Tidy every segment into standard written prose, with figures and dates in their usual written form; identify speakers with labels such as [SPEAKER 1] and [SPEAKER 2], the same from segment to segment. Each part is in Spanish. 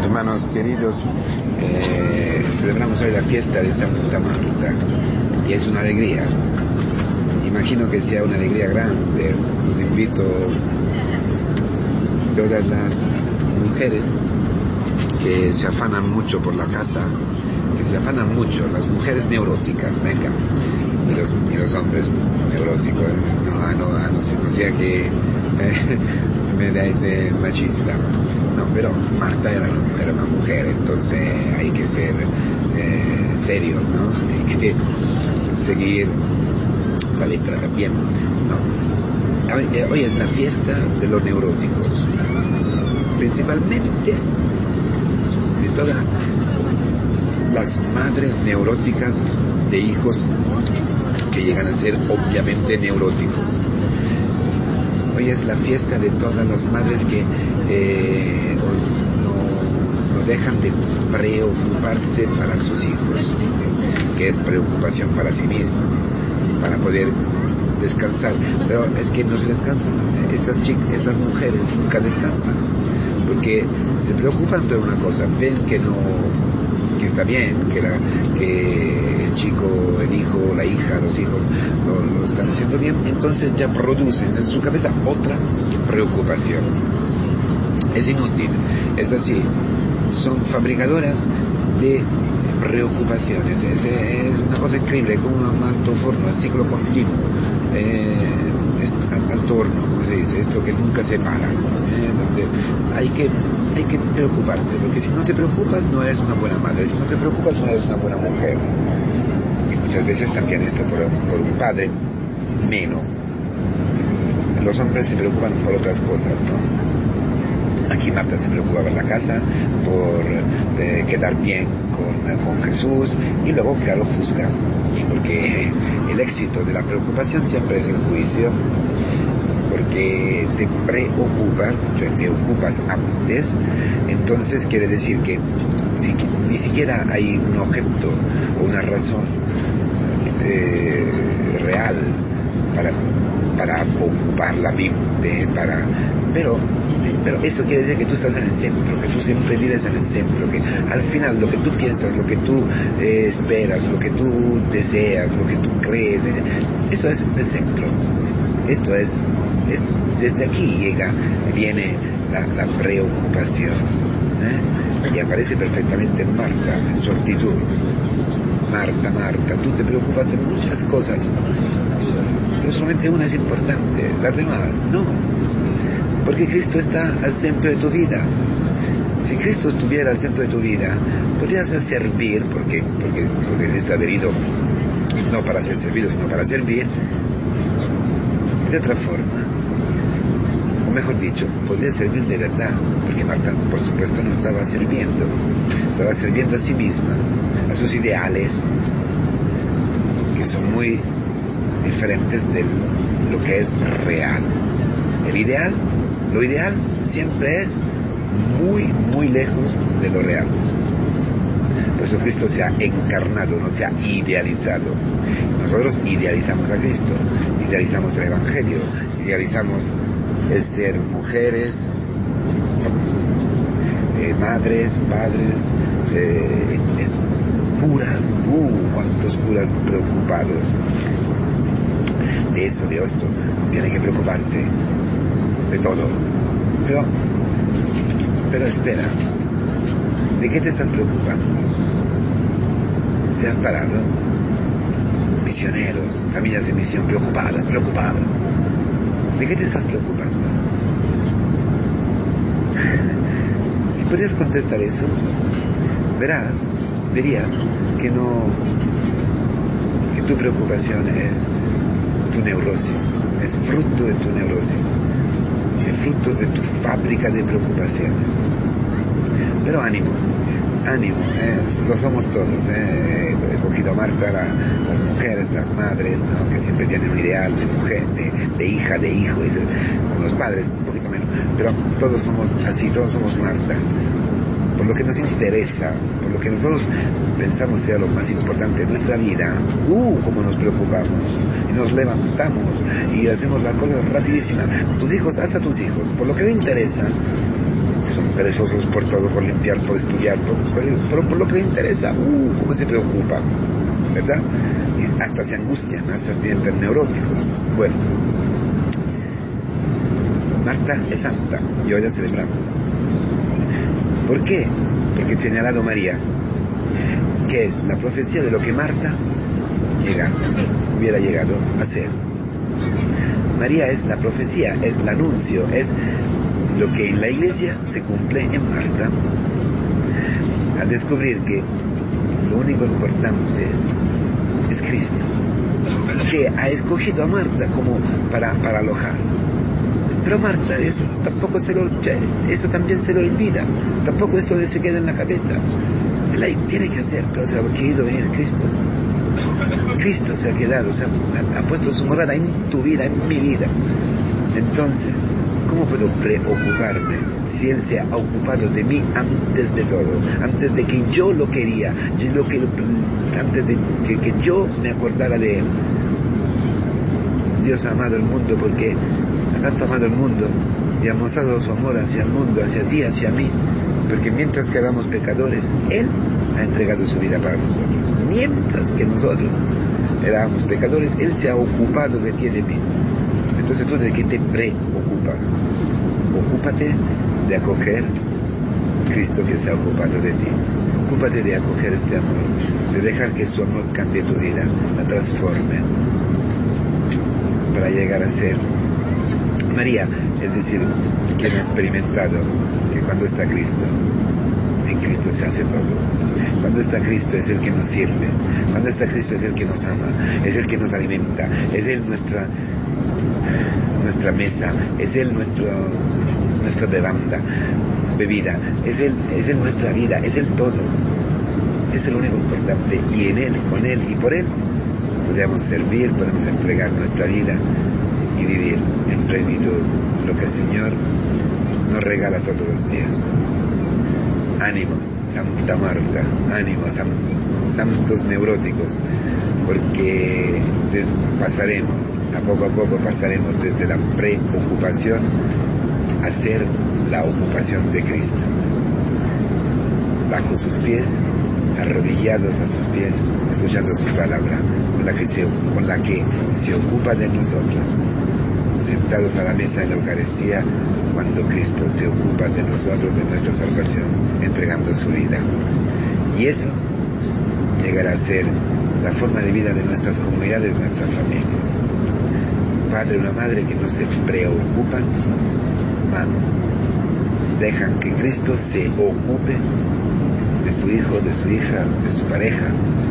[SPEAKER 1] Hermanos queridos, celebramos hoy la fiesta de Santa Marta y es una alegría. Imagino que sea una alegría grande. Los invito todas las mujeres que se afanan mucho por la casa, que se afanan mucho, las mujeres neuróticas, venga, y los hombres neuróticos, no sea que me dais de machista. No, pero Marta era una mujer, entonces hay que ser serios, ¿no? Hay que seguir la letra también. No. Hoy es la fiesta de los neuróticos, principalmente de todas las madres neuróticas de hijos que llegan a ser obviamente neuróticos. Hoy es la fiesta de todas las madres que no dejan de preocuparse para sus hijos, que es preocupación para sí mismo, para poder descansar. Pero es que no se descansan. Estas mujeres nunca descansan, porque se preocupan por una cosa, ven que está bien, que el chico, el hijo, la hija, los hijos lo están haciendo bien, entonces ya producen en su cabeza otra preocupación. Es inútil, es así, son fabricadoras de preocupaciones. Es una cosa increíble, como un alto forno, el ciclo continuo, alto horno, como se dice, esto que nunca se para, donde hay que preocuparse, porque si no te preocupas no eres una buena madre, si no te preocupas no eres una buena mujer. Y muchas veces también esto por un padre menos. Los hombres se preocupan por otras cosas, ¿no? Aquí Marta se preocupa por la casa, por quedar bien con Jesús, y luego, claro, juzga, porque el éxito de la preocupación siempre es el juicio, porque te preocupas, te ocupas antes, entonces quiere decir que ni siquiera hay un objeto o una razón real para ocupar la mente, pero eso quiere decir que tú estás en el centro, que tú siempre vives en el centro, que al final lo que tú piensas, lo que tú esperas, lo que tú deseas, lo que tú crees, eso es el centro. Esto es desde aquí viene la preocupación, y aparece perfectamente en Marta, en su actitud. Marta, tú te preocupas de muchas cosas, pero solamente una es importante, las demás no, porque Cristo está al centro de tu vida. Si Cristo estuviera al centro de tu vida, podrías servir, porque debes haber ido no para ser servido, sino para servir de otra forma. O mejor dicho, podría servir de verdad, porque Marta, por supuesto, no estaba sirviendo a sí misma, a sus ideales, que son muy diferentes de lo que es real. Lo ideal siempre es muy, muy lejos de lo real. Por eso Cristo se ha encarnado, no se ha idealizado. Nosotros idealizamos a Cristo, idealizamos el Evangelio, idealizamos el ser mujeres, madres, padres, curas, cuántos curas preocupados de eso, de esto. Tienen que preocuparse de todo. Pero espera, ¿de qué te estás preocupando? ¿Te has parado? Misioneros, familias en misión, preocupadas. ¿De qué te estás preocupando? Si pudieras contestar eso, verías que tu preocupación es tu neurosis, es fruto de tu neurosis, es fruto de tu fábrica de preocupaciones. Pero ánimo, lo somos todos, he cogido a Marta, las mujeres, las madres, ¿no? Que siempre tienen un ideal de mujer, de hija, de hijo, como los padres, un poquito menos, pero todos somos así, todos somos Marta, por lo que nos interesa, por lo que nosotros pensamos sea lo más importante de nuestra vida. Cómo nos preocupamos, y nos levantamos, y hacemos las cosas rapidísimas. Tus hijos, hasta tus hijos, por lo que te interesa, son perezosos por todo, por limpiar, por estudiar, por lo que le interesa, cómo se preocupa, ¿verdad? Y hasta se angustian, hasta se sienten neuróticos. Bueno, Marta es santa y hoy la celebramos. ¿Por qué? Porque tiene al lado María, que es la profecía de lo que Marta hubiera llegado a ser. María es la profecía, es el anuncio, es lo que en la iglesia se cumple en Marta. Al descubrir que lo único importante es Cristo, que ha escogido a Marta como para alojar. Pero Marta, eso también se lo olvida, tampoco eso se queda en la cabeza. Él tiene que hacer, pero se ha querido venir Cristo. Cristo se ha quedado, ha puesto su morada en tu vida, en mi vida. Entonces, ¿cómo puedo preocuparme si Él se ha ocupado de mí antes de todo? Antes de que yo lo quería, antes de que yo me acordara de Él. Dios ha amado el mundo porque ha tanto amado el mundo y ha mostrado su amor hacia el mundo, hacia ti, hacia mí, porque mientras que éramos pecadores, Él ha entregado su vida para nosotros. Mientras que nosotros éramos pecadores, Él se ha ocupado de ti y de mí. Entonces, ¿tú de qué te preocupas? Ocúpate de acoger Cristo que se ha ocupado de ti. Ocúpate de acoger este amor, de dejar que su amor cambie tu vida, la transforme, para llegar a ser María, es decir, quien ha experimentado que cuando está Cristo, en Cristo se hace todo. Cuando está Cristo es el que nos sirve, cuando está Cristo es el que nos ama, es el que nos alimenta, es Él nuestra mesa, es Él nuestra bebida, es Él nuestra vida, es Él todo, es el único importante, y en Él, con Él y por Él podemos servir, podemos entregar nuestra vida y vivir en plenitud lo que el Señor nos regala todos los días. Ánimo, Santa Marta, ánimo, santos neuróticos, porque a poco pasaremos desde la preocupación a ser la ocupación de Cristo. Bajo sus pies, arrodillados a sus pies, escuchando su palabra, con la que se ocupa de nosotros, sentados a la mesa en la Eucaristía, cuando Cristo se ocupa de nosotros, de nuestra salvación, entregando su vida. Y eso llegará a ser la forma de vida de nuestras comunidades, de nuestra familia. Un padre y una madre que no se preocupan, dejan que Cristo se ocupe de su hijo, de su hija, de su pareja.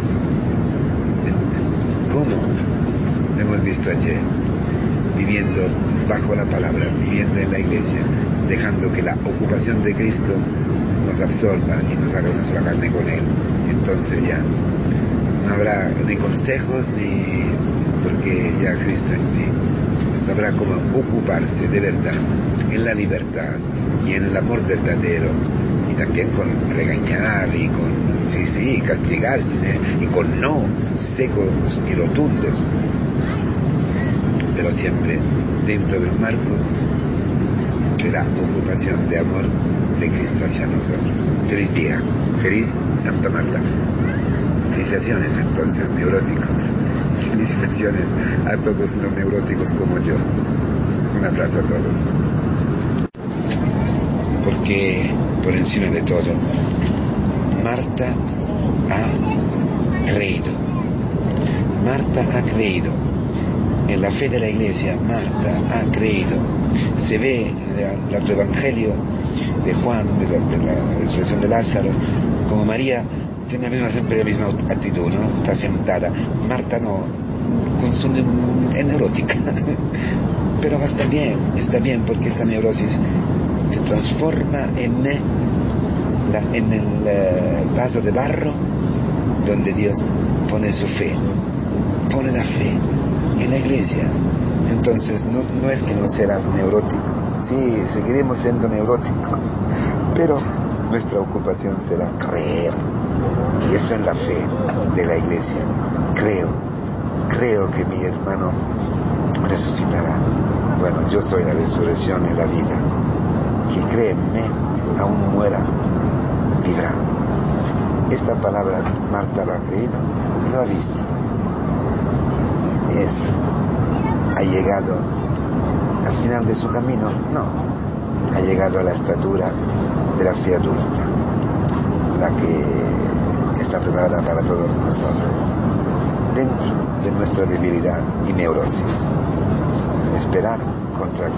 [SPEAKER 1] ¿Cómo? Lo hemos visto ayer, viviendo bajo la palabra, viviendo en la iglesia, dejando que la ocupación de Cristo nos absorba y nos haga una sola carne con Él. Entonces ya no habrá ni consejos porque ya Cristo en ti sabrá cómo ocuparse de verdad en la libertad y en el amor verdadero, y también con regañar y con castigar, y con no secos y rotundos, pero siempre dentro del marco de la ocupación de amor de Cristo hacia nosotros. Feliz día, feliz Santa Marta. Felicitaciones entonces, neuróticos. Felicitaciones a todos los neuróticos como yo. Un abrazo a todos. Porque por encima de todo, Marta ha creído. Marta ha creído. En la fe de la Iglesia, Marta ha creído. Se ve en el otro Evangelio de Juan, de la resurrección de Lázaro, como María tiene siempre la misma actitud, ¿no? Está sentada. Marta no, es neurótica. Pero está bien, porque esta neurosis se transforma en el vaso de barro donde Dios pone su fe, pone la fe en la iglesia. Entonces no es que no serás neurótico, sí, seguiremos siendo neuróticos, pero nuestra ocupación será creer, y eso en la fe de la iglesia. Creo que mi hermano resucitará. Bueno, yo soy la resurrección y la vida. Que cree en mí aún muera, vivirá. Esta palabra Marta lo ha creído, lo ha visto. ¿Ha llegado al final de su camino? No. Ha llegado a la estatura de la fe adulta, la que está preparada para todos nosotros, dentro de nuestra debilidad y neurosis. Esperar contra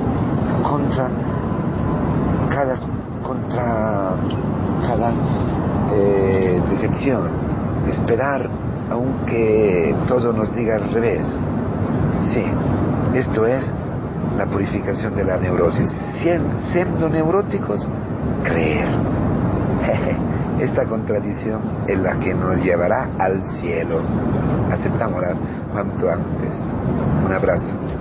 [SPEAKER 1] cada decepción, esperar aunque todo nos diga al revés. Sí, esto es la purificación de la neurosis. Siendo neuróticos, creer. Esta contradicción es la que nos llevará al cielo. Aceptámosla cuanto antes. Un abrazo.